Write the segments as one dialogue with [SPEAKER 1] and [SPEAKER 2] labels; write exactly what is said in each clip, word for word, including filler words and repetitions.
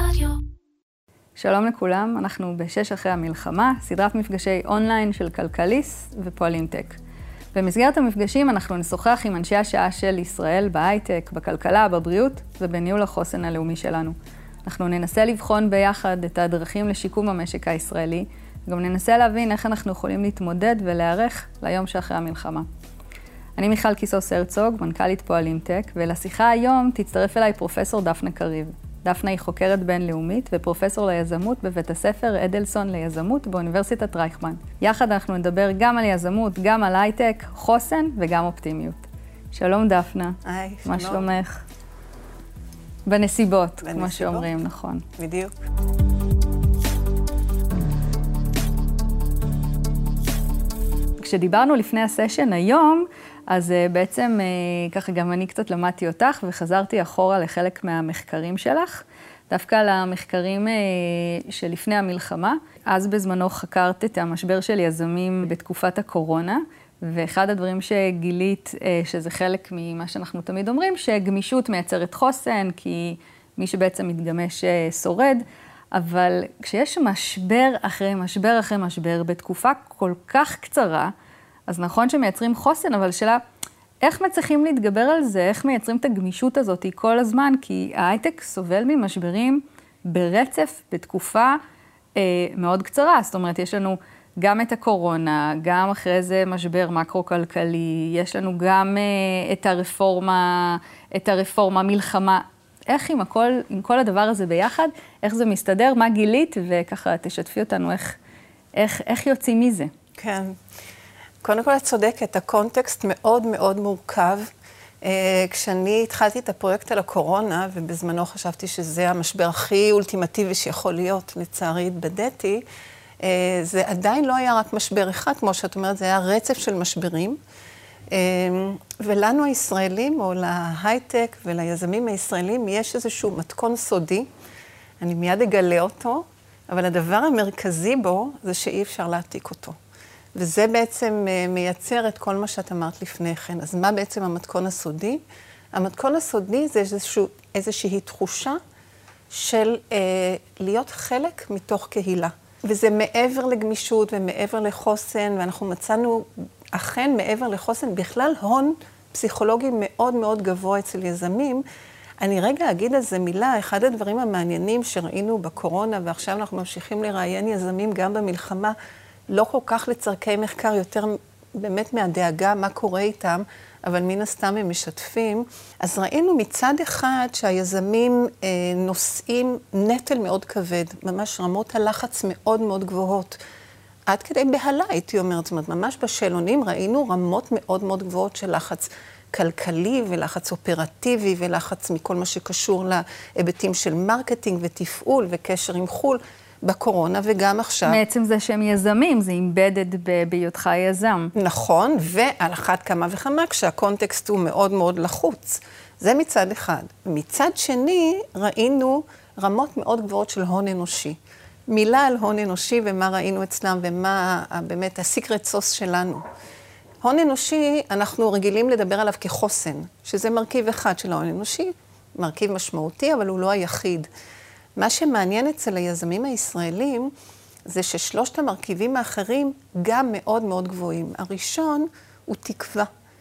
[SPEAKER 1] רדיו.
[SPEAKER 2] שלום לכולם, אנחנו בשש אחרי המלחמה, סדרת מפגשי אונליין של כלכליסט ופועלים טק. במסגרת המפגשים אנחנו נשוחח עם אנשי השעה של ישראל בהייטק, בכלכלה, בבריאות ובניהול החוסן הלאומי שלנו. אנחנו ננסה לבחון ביחד את הדרכים לשיקום המשק הישראלי, וגם ננסה להבין איך אנחנו יכולים להתמודד ולהיערך ליום שאחרי המלחמה. אני מיכל קיסוס הרצוג, מנכ"לית פועלים טק, ולשיחה היום תצטרף אליי פרופסור דפנה קריב. דפנה היא חוקרת בינלאומית ופרופסור ליזמות בבית הספר אדלסון ליזמות באוניברסיטת רייכמן. יחד אנחנו נדבר גם על יזמות, גם על הייטק, חוסן וגם אופטימיות. שלום דפנה.
[SPEAKER 3] היי, שלום.
[SPEAKER 2] מה שלומך? בנסיבות,
[SPEAKER 3] בנסיבות,
[SPEAKER 2] כמו שאומרים, נכון.
[SPEAKER 3] בדיוק.
[SPEAKER 2] כשדיברנו לפני הסשן היום, אז בעצם ככה גם אני קצת למדתי אותך וחזרתי אחורה לחלק מהמחקרים שלך, דווקא למחקרים שלפני המלחמה. אז בזמנו חקרת את המשבר של יזמים בתקופת הקורונה, ואחד הדברים שגילית, שזה חלק ממה שאנחנו תמיד אומרים, שגמישות מייצרת חוסן, כי מי שבעצם מתגמש שורד, אבל כשיש משבר אחרי משבר אחרי משבר, בתקופה כל כך קצרה, אז נכון שמייצרים חוסן, אבל שאלה, איך מצליחים להתגבר על זה? איך מייצרים את הגמישות הזאת כל הזמן? כי ההייטק סובל ממשברים ברצף בתקופה אה, מאוד קצרה. זאת אומרת, יש לנו גם את הקורונה, גם אחרי זה משבר מקרו-כלכלי, יש לנו גם אה, את הרפורמה, את הרפורמה, מלחמה. איך עם הכל, עם כל הדבר הזה ביחד, איך זה מסתדר, מה גילית, וככה תשתפי אותנו איך, איך, איך יוצאים מזה.
[SPEAKER 3] כן. קודם כל את צודקת, הקונטקסט מאוד מאוד מורכב. כשאני התחלתי את הפרויקט על הקורונה, ובזמנו חשבתי שזה המשבר הכי אולטימטיבי שיכול להיות, לצערי התבדיתי, זה עדיין לא היה רק משבר אחד, כמו שאת אומרת, זה היה רצף של משברים. ולנו הישראלים, או להייטק וליזמים הישראלים, יש איזשהו מתכון סודי, אני מיד אגלה אותו, אבל הדבר המרכזי בו זה שאי אפשר להעתיק אותו. וזה בעצם מייצר את כל מה שאת אמרת לפני כן. אז מה בעצם המתכון הסודי? המתכון הסודי זה איזשהו, איזושהי תחושה של אה, להיות חלק מתוך קהילה. וזה מעבר לגמישות ומעבר לחוסן, ואנחנו מצאנו אכן מעבר לחוסן בכלל הון פסיכולוגי מאוד מאוד גבוה אצל יזמים. אני רגע אגיד על זה מילה, אחד הדברים המעניינים שראינו בקורונה, ועכשיו אנחנו ממשיכים לראיין יזמים גם במלחמה, לא כל כך לצרכי מחקר, יותר באמת מהדאגה מה קורה איתם, אבל מן הסתם הם משתפים. אז ראינו מצד אחד שהיזמים אה, נושאים נטל מאוד כבד, ממש רמות הלחץ מאוד מאוד גבוהות. עד כדי בהלה, הייתי אומרת, זאת אומרת, ממש בשאלונים ראינו רמות מאוד מאוד גבוהות של לחץ כלכלי ולחץ אופרטיבי ולחץ מכל מה שקשור להיבטים של מרקטינג ותפעול וקשר עם חול בקורונה וגם עכשיו.
[SPEAKER 2] בעצם זה שהם יזמים, זה אימבדד בהיותך יזם.
[SPEAKER 3] נכון, ועל אחת כמה וכמה כשהקונטקסט הוא מאוד מאוד לחוץ. זה מצד אחד. מצד שני ראינו רמות מאוד גבוהות של הון אנושי. מילה על הון אנושי ומה ראינו אצלם ומה באמת הסיקרט סוס שלנו. הון אנושי, אנחנו רגילים לדבר עליו כחוסן, שזה מרכיב אחד של ההון אנושי, מרכיב משמעותי, אבל הוא לא היחיד. מה שמעניין אצל היזמים הישראלים, זה ששלושת המרכיבים האחרים גם מאוד מאוד גבוהים. הראשון הוא תקווה,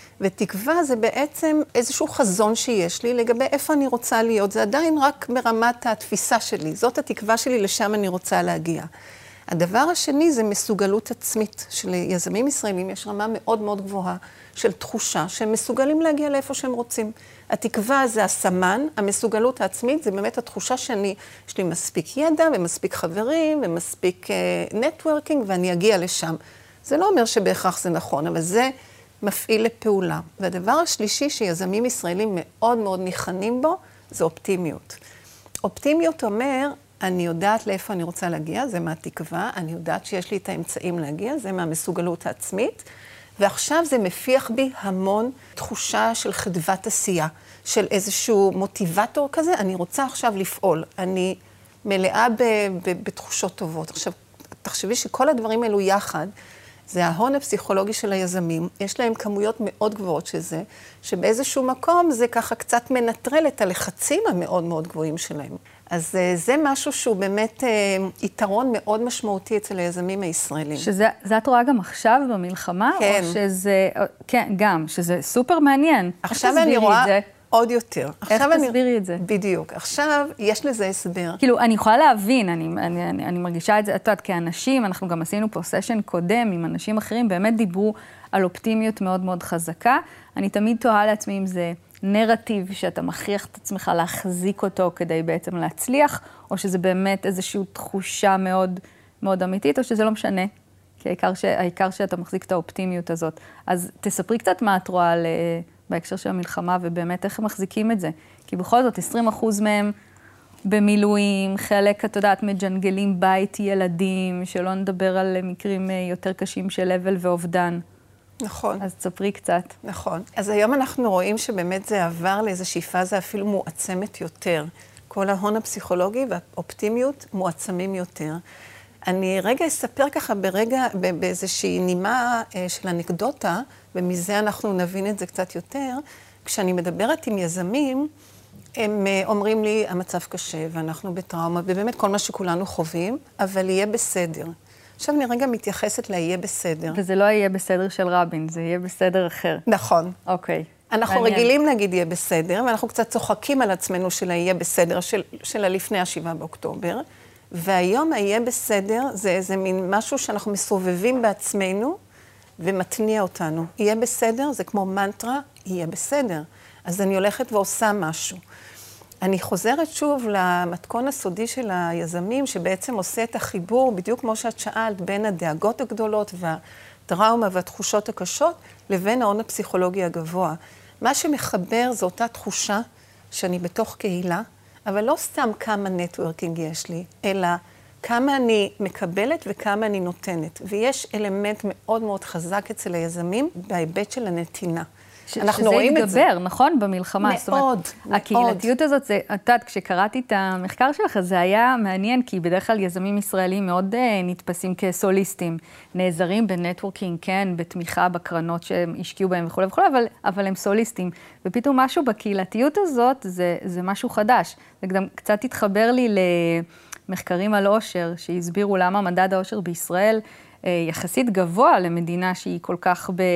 [SPEAKER 3] ותקווה זה בעצם איזשהו חזון שיש לי לגבי איפה אני רוצה להיות. זה עדיין רק ברמת התפיסה שלי, זאת התקווה שלי, לשם אני רוצה להגיע. הדבר השני זה מסוגלות עצמית של יזמים ישראלים, יש רמה מאוד מאוד גבוהה של תחושה שהם מסוגלים להגיע לאיפה שהם רוצים. התקווה זה הסמן, המסוגלות העצמית זה באמת התחושה שאני, יש לי מספיק ידע ומספיק חברים ומספיק נטוורקינג ואני אגיע לשם. זה לא אומר שבהכרח זה נכון, אבל זה מפעיל לפעולה. והדבר השלישי שיזמים ישראלים מאוד מאוד ניחנים בו, זה אופטימיות. אופטימיות אומר, אני יודעת לאיפה אני רוצה להגיע, זה מהתקווה, אני יודעת שיש לי את האמצעים להגיע, זה מהמסוגלות העצמית, ועכשיו זה מפיח בי המון תחושה של חדוות עשייה, של איזשהו מוטיבטור כזה, אני רוצה עכשיו לפעול, אני מלאה ב- ב- בתחושות טובות. עכשיו, תחשבי שכל הדברים האלו יחד, זה ההון הפסיכולוגי של היזמים, יש להם כמויות מאוד גבוהות של זה, שבאיזשהו מקום זה ככה קצת מנטרל את הלחצים המאוד מאוד גבוהים שלהם. אז זה משהו שהוא באמת יתרון מאוד משמעותי אצל היזמים הישראלים.
[SPEAKER 2] שזה, זה את רואה גם עכשיו במלחמה?
[SPEAKER 3] כן.
[SPEAKER 2] או שזה, כן, גם, שזה סופר מעניין.
[SPEAKER 3] עכשיו אני רואה עוד יותר.
[SPEAKER 2] איך תסבירי את זה?
[SPEAKER 3] בדיוק. עכשיו יש לזה הסבר.
[SPEAKER 2] כאילו, אני יכולה להבין, אני, אני, אני, אני מרגישה את זה, את יודעת, כאנשים, אנחנו גם עשינו פה סשן קודם עם אנשים אחרים, באמת דיברו על אופטימיות מאוד מאוד חזקה. אני תמיד תוהה לעצמי אם זה נרטיב שאתה מכריח את עצמך להחזיק אותו כדי בעצם להצליח, או שזה באמת איזושהי תחושה מאוד מאוד אמיתית, או שזה לא משנה, כי העיקר, ש, העיקר שאתה מחזיק את האופטימיות הזאת. אז תספרי קצת מה את רואה על, בהקשר של המלחמה, ובאמת איך הם מחזיקים את זה. כי בכל זאת, עשרים אחוז מהם במילואים, חלק, את יודעת, מג'נגלים בית ילדים, שלא נדבר על מקרים יותר קשים של אבל ואובדן.
[SPEAKER 3] נכון.
[SPEAKER 2] אז תספרי קצת.
[SPEAKER 3] נכון. אז היום אנחנו רואים שבאמת זה עבר לאיזושהי פאזה אפילו מועצמת יותר. כל ההון הפסיכולוגי והאופטימיות מועצמים יותר. אני רגע אספר ככה ברגע, באיזושהי נימה של אנקדוטה, ומזה אנחנו נבין את זה קצת יותר. כשאני מדברת עם יזמים, הם אומרים לי, המצב קשה ואנחנו בטראומה, ובאמת כל מה שכולנו חווים, אבל יהיה בסדר. עכשיו אני רגע מתייחסת ליהיה בסדר.
[SPEAKER 2] וזה לא יהיה בסדר של רבין, זה יהיה בסדר אחר.
[SPEAKER 3] נכון.
[SPEAKER 2] אוקיי.
[SPEAKER 3] אנחנו מעניין. רגילים להגיד יהיה בסדר, ואנחנו קצת צוחקים על עצמנו של היהיה בסדר, של, של הלפני השבעה באוקטובר, והיום היהיה בסדר, זה איזה מין משהו שאנחנו מסובבים בעצמנו, ומתניע אותנו. יהיה בסדר, זה כמו מנטרה, יהיה בסדר. אז אני הולכת ועושה משהו. אני חוזרת שוב למתכון הסודי של היזמים, שבעצם עושה את החיבור, בדיוק כמו שאת שאלת, בין הדאגות הגדולות והטראומה והתחושות הקשות, לבין ההון הפסיכולוגי הגבוה. מה שמחבר זו אותה תחושה שאני בתוך קהילה, אבל לא סתם כמה נטוורקינג יש לי, אלא כמה אני מקבלת וכמה אני נותנת. ויש אלמנט מאוד מאוד חזק אצל היזמים בהיבט של הנתינה.
[SPEAKER 2] ש- אנחנו רואים את זה. שזה התגבר, נכון? במלחמה.
[SPEAKER 3] מאוד, מאוד.
[SPEAKER 2] הקהילתיות הזאת, זה, את יודעת, כשקראתי את המחקר שלך, זה היה מעניין, כי בדרך כלל יזמים ישראלים מאוד uh, נתפסים כסוליסטים, נעזרים בנטוורקינג, כן, בתמיכה בקרנות שהם השקיעו בהם וכו' וכו', אבל, אבל הם סוליסטים. ופתאום משהו בקהילתיות הזאת, זה, זה משהו חדש. זה גם קצת התחבר לי למחקרים על עושר, שהסבירו למה מדד העושר בישראל uh, יחסית גבוה למדינה שהיא כל כך ב...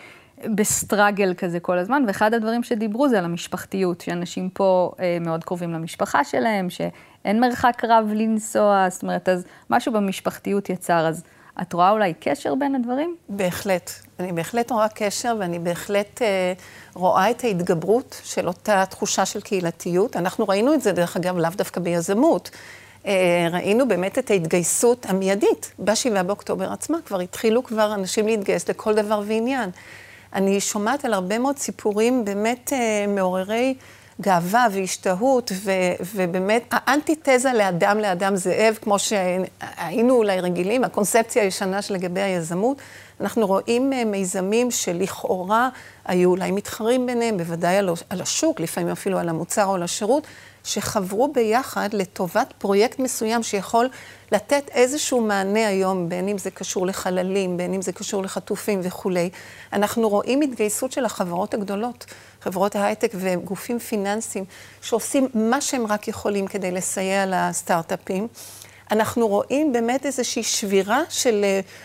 [SPEAKER 2] בסטרגל כזה כל הזמן, ואחד הדברים שדיברו זה על המשפחתיות, שאנשים פה אה, מאוד קרובים למשפחה שלהם, שאין מרחק רב לנסוע, זאת אומרת, אז משהו במשפחתיות יצר, אז את רואה אולי קשר בין הדברים?
[SPEAKER 3] בהחלט. אני בהחלט רואה קשר, ואני בהחלט אה, רואה את ההתגברות של אותה תחושה של קהילתיות. אנחנו ראינו את זה, דרך אגב, לאו דווקא ביזמות. אה, ראינו באמת את ההתגייסות המיידית. בשבעה באוקטובר עצמה כבר התחילו כבר אנשים להתגייס לכל דבר ועניין. אני שומעת על הרבה מאוד סיפורים באמת אה, מעוררי גאווה והשתהות, ו, ובאמת האנטיתזה לאדם לאדם זאב, כמו שהיינו אולי רגילים, הקונספציה הישנה שלגבי היזמות, אנחנו רואים אה, מיזמים שלכאורה היו אולי מתחרים ביניהם, בוודאי על, על השוק, לפעמים אפילו על המוצר או על השירות, שחברו ביחד לטובת פרויקט מסוים שיכול לתת איזשהו מענה היום, בין אם זה קשור לחללים, בין אם זה קשור לחטופים וכולי. אנחנו רואים התגייסות של החברות הגדולות, חברות ההייטק וגופים פיננסיים, שעושים מה שהם רק יכולים כדי לסייע לסטארט-אפים. אנחנו רואים באמת איזושהי שבירה של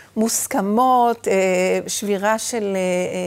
[SPEAKER 3] מוסכמות, שבירה של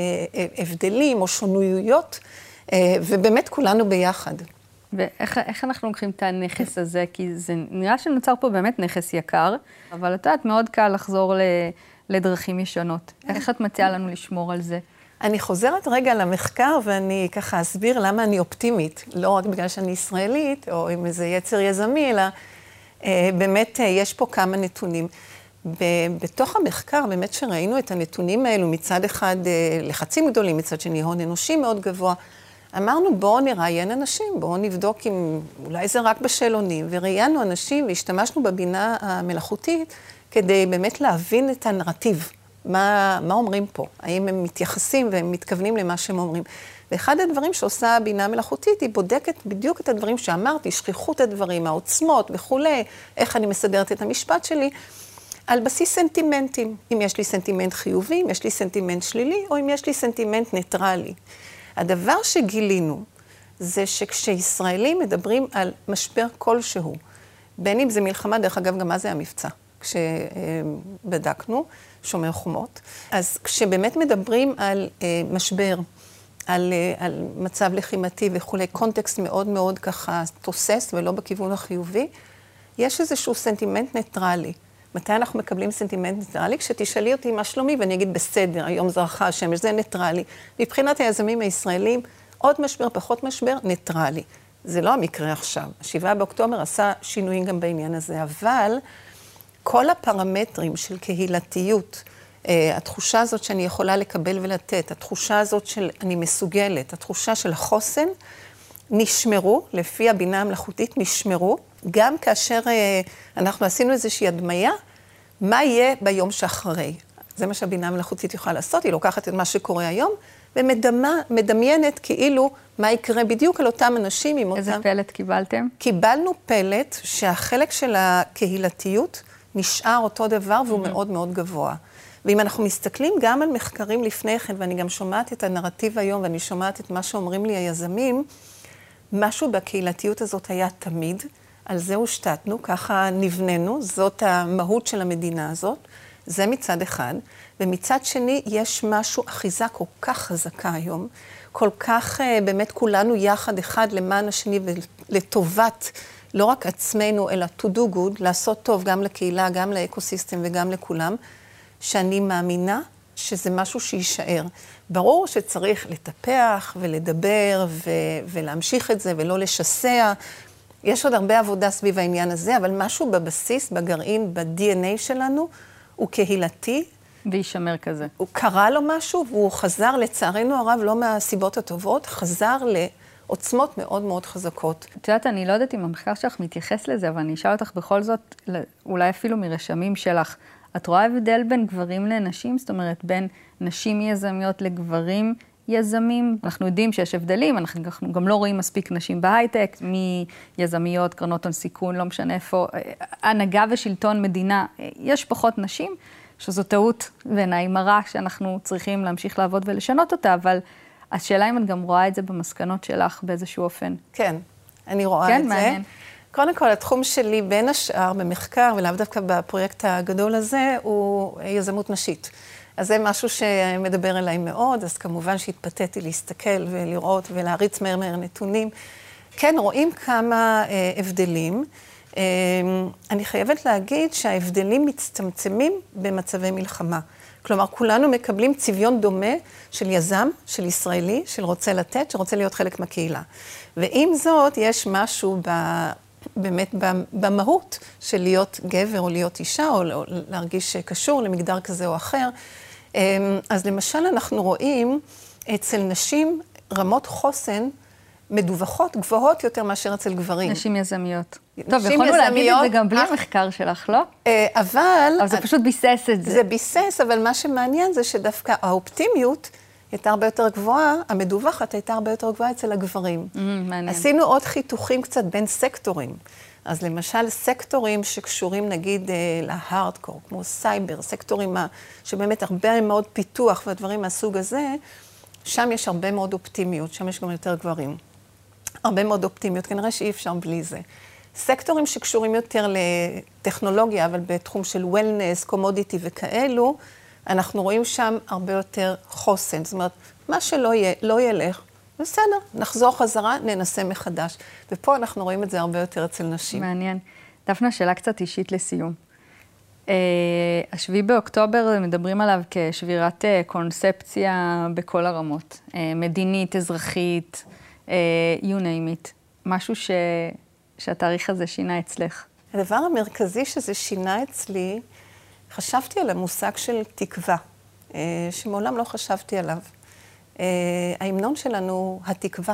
[SPEAKER 3] הבדלים או שונויות, ובאמת כולנו ביחד.
[SPEAKER 2] ואיך איך אנחנו לוקחים את הנכס הזה? כי זה נראה שנוצר פה באמת נכס יקר, אבל את יודעת, מאוד קל לחזור ל, לדרכים ישנות. איך את מציעה לנו לשמור על זה?
[SPEAKER 3] אני חוזרת רגע למחקר, ואני ככה אסביר למה אני אופטימית. לא רק בגלל שאני ישראלית, או עם איזה יצר יזמי, אלא אה, באמת אה, יש פה כמה נתונים. ב, בתוך המחקר, באמת שראינו את הנתונים האלו, מצד אחד אה, לחצים גדולים, מצד שני הון אנושי מאוד גבוה, אמרנו, בואו נראיין אנשים, בואו נבדוק אם אולי זה רק בשאלונים, וראיינו אנשים והשתמשנו בבינה המלאכותית כדי באמת להבין את הנרטיב, מה, מה אומרים פה, האם הם מתייחסים והם מתכוונים למה שהם אומרים. ואחד הדברים שעושה הבינה המלאכותית, היא בודקת בדיוק את הדברים שאמרתי, שכיחות הדברים, העוצמות וכולי, איך אני מסדרת את המשפט שלי, על בסיס סנטימנטים, אם יש לי סנטימנט חיובי, אם יש לי סנטימנט שלילי, או אם יש לי סנטימנט ניטרלי. הדבר שגילינו, זה שכשישראלים מדברים על משבר כלשהו, בין אם זה מלחמה, דרך אגב, גם מה זה המבצע, כשבדקנו, שומר חומות, אז כשבאמת מדברים על משבר, על, על מצב לחימתי וכולי, קונטקסט מאוד מאוד ככה תוסס ולא בכיוון החיובי, יש איזשהו סנטימנט ניטרלי. מתי אנחנו מקבלים סנטימנט ניטרלי? כשתשאלי אותי מה שלומי ואני אגיד בסדר, היום זרחה השמש, זה ניטרלי. מבחינת היזמים הישראלים, עוד משבר, פחות משבר, ניטרלי. זה לא המקרה עכשיו. שבעה באוקטובר עשה שינויים גם בעניין הזה, אבל כל הפרמטרים של קהילתיות, התחושה הזאת שאני יכולה לקבל ולתת, התחושה הזאת של אני מסוגלת, התחושה של החוסן, נשמרו, לפי הבינה המלאכותית נשמרו, גם כאשר אנחנו עשינו איזושהי הדמיה, מה יהיה ביום שאחרי. זה מה שהבינה המלאכותית יכולה לעשות, היא לוקחת את מה שקורה היום, ומדמיינת כאילו מה יקרה בדיוק על אותם אנשים עם אותם...
[SPEAKER 2] איזה פלט קיבלתם?
[SPEAKER 3] קיבלנו פלט שהחלק של הקהילתיות נשאר אותו דבר והוא mm-hmm. מאוד מאוד גבוה. ואם אנחנו מסתכלים גם על מחקרים לפני כן, ואני גם שומעת את הנרטיב היום, ואני שומעת את מה שאומרים לי היזמים, משהו בקהילתיות הזאת היה תמיד, על זה הושתתנו, ככה נבננו, זאת המהות של המדינה הזאת, זה מצד אחד, ומצד שני יש משהו, אחיזה כל כך חזקה היום, כל כך באמת כולנו יחד אחד למען השני ולטובת לא רק עצמנו, אלא to do good, לעשות טוב גם לקהילה, גם לאקוסיסטם וגם לכולם, שאני מאמינה שזה משהו שישאר. ברור שצריך לטפח ולדבר ו- ולהמשיך את זה ולא לשסע. יש עוד הרבה עבודה סביב העניין הזה, אבל משהו בבסיס, בגרעין, ב-די אן איי שלנו, הוא קהילתי.
[SPEAKER 2] וישמר כזה.
[SPEAKER 3] הוא קרא לו משהו והוא חזר, לצערנו הרב, לא מהסיבות הטובות, חזר לעוצמות מאוד מאוד חזקות.
[SPEAKER 2] את יודעת, אני לא יודעת אם המחקר שלך מתייחס לזה, אבל אני אשאל אותך בכל זאת, אולי אפילו מרשמים שלך, את רואה הבדל בין גברים לנשים? זאת אומרת, בין נשים יזמיות לגברים יזמים? אנחנו יודעים שיש הבדלים, אנחנו גם לא רואים מספיק נשים בהייטק, מיזמיות, קרנות הון סיכון, לא משנה איפה, הנהגה ושלטון מדינה, יש פחות נשים, שזו טעות בעיניי מראה שאנחנו צריכים להמשיך לעבוד ולשנות אותה, אבל השאלה אם את גם רואה את זה במסקנות שלך באיזשהו אופן.
[SPEAKER 3] כן, אני רואה
[SPEAKER 2] כן,
[SPEAKER 3] את
[SPEAKER 2] מעניין.
[SPEAKER 3] זה. קודם כל, התחום שלי בין השאר במחקר, ולאו דווקא בפרויקט הגדול הזה, הוא יזמות נשית. אז זה משהו שמדבר אליי מאוד, אז כמובן שהתפתיתי להסתכל ולראות ולהריץ מהר מהר נתונים. כן, רואים כמה אה, הבדלים. אה, אני חייבת להגיד שההבדלים מצטמצמים במצבי מלחמה. כלומר, כולנו מקבלים צביון דומה של יזם, של ישראלי, של רוצה לתת, שרוצה להיות חלק מהקהילה. ועם זאת, יש משהו ב... באמת במהות של להיות גבר או להיות אישה, או להרגיש קשור למגדר כזה או אחר. אז למשל אנחנו רואים אצל נשים רמות חוסן מדווחות גבוהות יותר מאשר אצל גברים.
[SPEAKER 2] נשים יזמיות. טוב, יכולנו להגיד את זה גם בלי המחקר שלך, לא?
[SPEAKER 3] אבל...
[SPEAKER 2] אבל זה פשוט ביסס את זה.
[SPEAKER 3] זה ביסס, אבל מה שמעניין זה שדווקא האופטימיות הייתה הרבה יותר גבוהה, המדווחת הייתה הרבה יותר גבוהה אצל הגברים.
[SPEAKER 2] Mm, מעניין.
[SPEAKER 3] עשינו עוד חיתוכים קצת בין סקטורים. אז למשל, סקטורים שקשורים נגיד להארדקור, כמו סייבר, סקטורים שבאמת הרבה מאוד פיתוח והדברים מהסוג הזה, שם יש הרבה מאוד אופטימיות, שם יש גם יותר גברים. הרבה מאוד אופטימיות, כנראה שאי אפשר בלי זה. סקטורים שקשורים יותר לטכנולוגיה, אבל בתחום של וולנס, קומודיטי וכאלו, אנחנו רואים שם הרבה יותר חוסן. זאת אומרת, מה שלא יהיה, לא ילך, בסדר, נחזור חזרה, ננסה מחדש. ופה אנחנו רואים את זה הרבה יותר אצל נשים.
[SPEAKER 2] מעניין. דפנה, שאלה קצת אישית לסיום. השביעי באוקטובר מדברים עליו כשבירת קונספציה בכל הרמות. מדינית, אזרחית, you name it. משהו ש... שהתאריך הזה שינה אצלך.
[SPEAKER 3] הדבר המרכזי שזה שינה אצלי, חשבתי על המושג של תקווה, שמעולם לא חשבתי עליו. ההמנון שלנו, התקווה,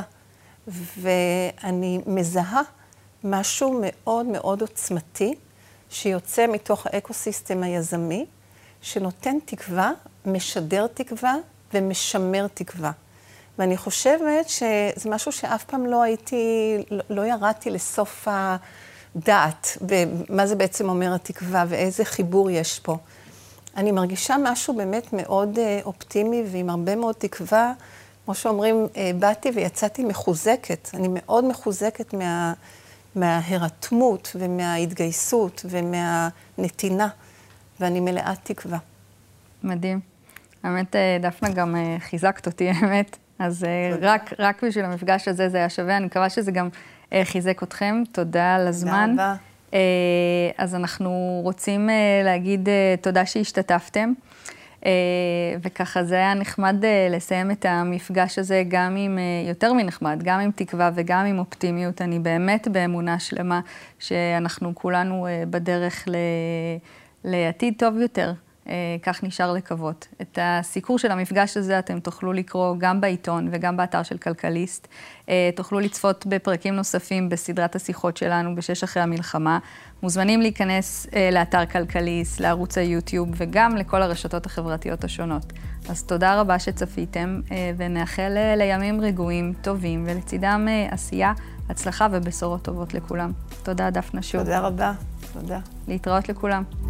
[SPEAKER 3] ואני מזהה משהו מאוד מאוד עוצמתי, שיוצא מתוך האקוסיסטם היזמי, שנותן תקווה, משדר תקווה ומשמר תקווה. ואני חושבת שזה משהו שאף פעם לא הייתי, לא ירדתי לסוף הדעת, ומה זה בעצם אומר התקווה ואיזה חיבור יש פה. אני מרגישה משהו באמת מאוד אופטימי ועם הרבה מאוד תקווה כמו שאומרים, באתי ויצאתי מחוזקת. אני מאוד מחוזקת מה, מההירתמות ומההתגייסות ומהנתינה, ואני מלאת תקווה.
[SPEAKER 2] מדהים. האמת, דפנה גם חיזקת אותי, האמת. אז רק, רק בשביל המפגש הזה זה היה שווה. אני מקווה שזה גם חיזק אתכם. תודה על הזמן.
[SPEAKER 3] תודה רבה.
[SPEAKER 2] אז אנחנו רוצים להגיד תודה שהשתתפתם. וככה זה היה נחמד לסיים את המפגש הזה גם עם, יותר מנחמד, גם עם תקווה וגם עם אופטימיות. אני באמת באמונה שלמה שאנחנו כולנו בדרך לעתיד טוב יותר. כך נשאר לקוות. את הסיקור של המפגש הזה אתם תוכלו לקרוא גם בעיתון וגם באתר של כלכליסט. תוכלו לצפות בפרקים נוספים בסדרת השיחות שלנו בשש אחרי המלחמה. מוזמנים להיכנס לאתר כלכליסט, לערוץ היוטיוב וגם לכל הרשתות החברתיות השונות. אז תודה רבה שצפיתם ונאחל לימים רגועים, טובים ולצידם עשייה, הצלחה ובשורות טובות לכולם. תודה דפנה שוב.
[SPEAKER 3] תודה רבה. תודה.
[SPEAKER 2] להתראות לכולם.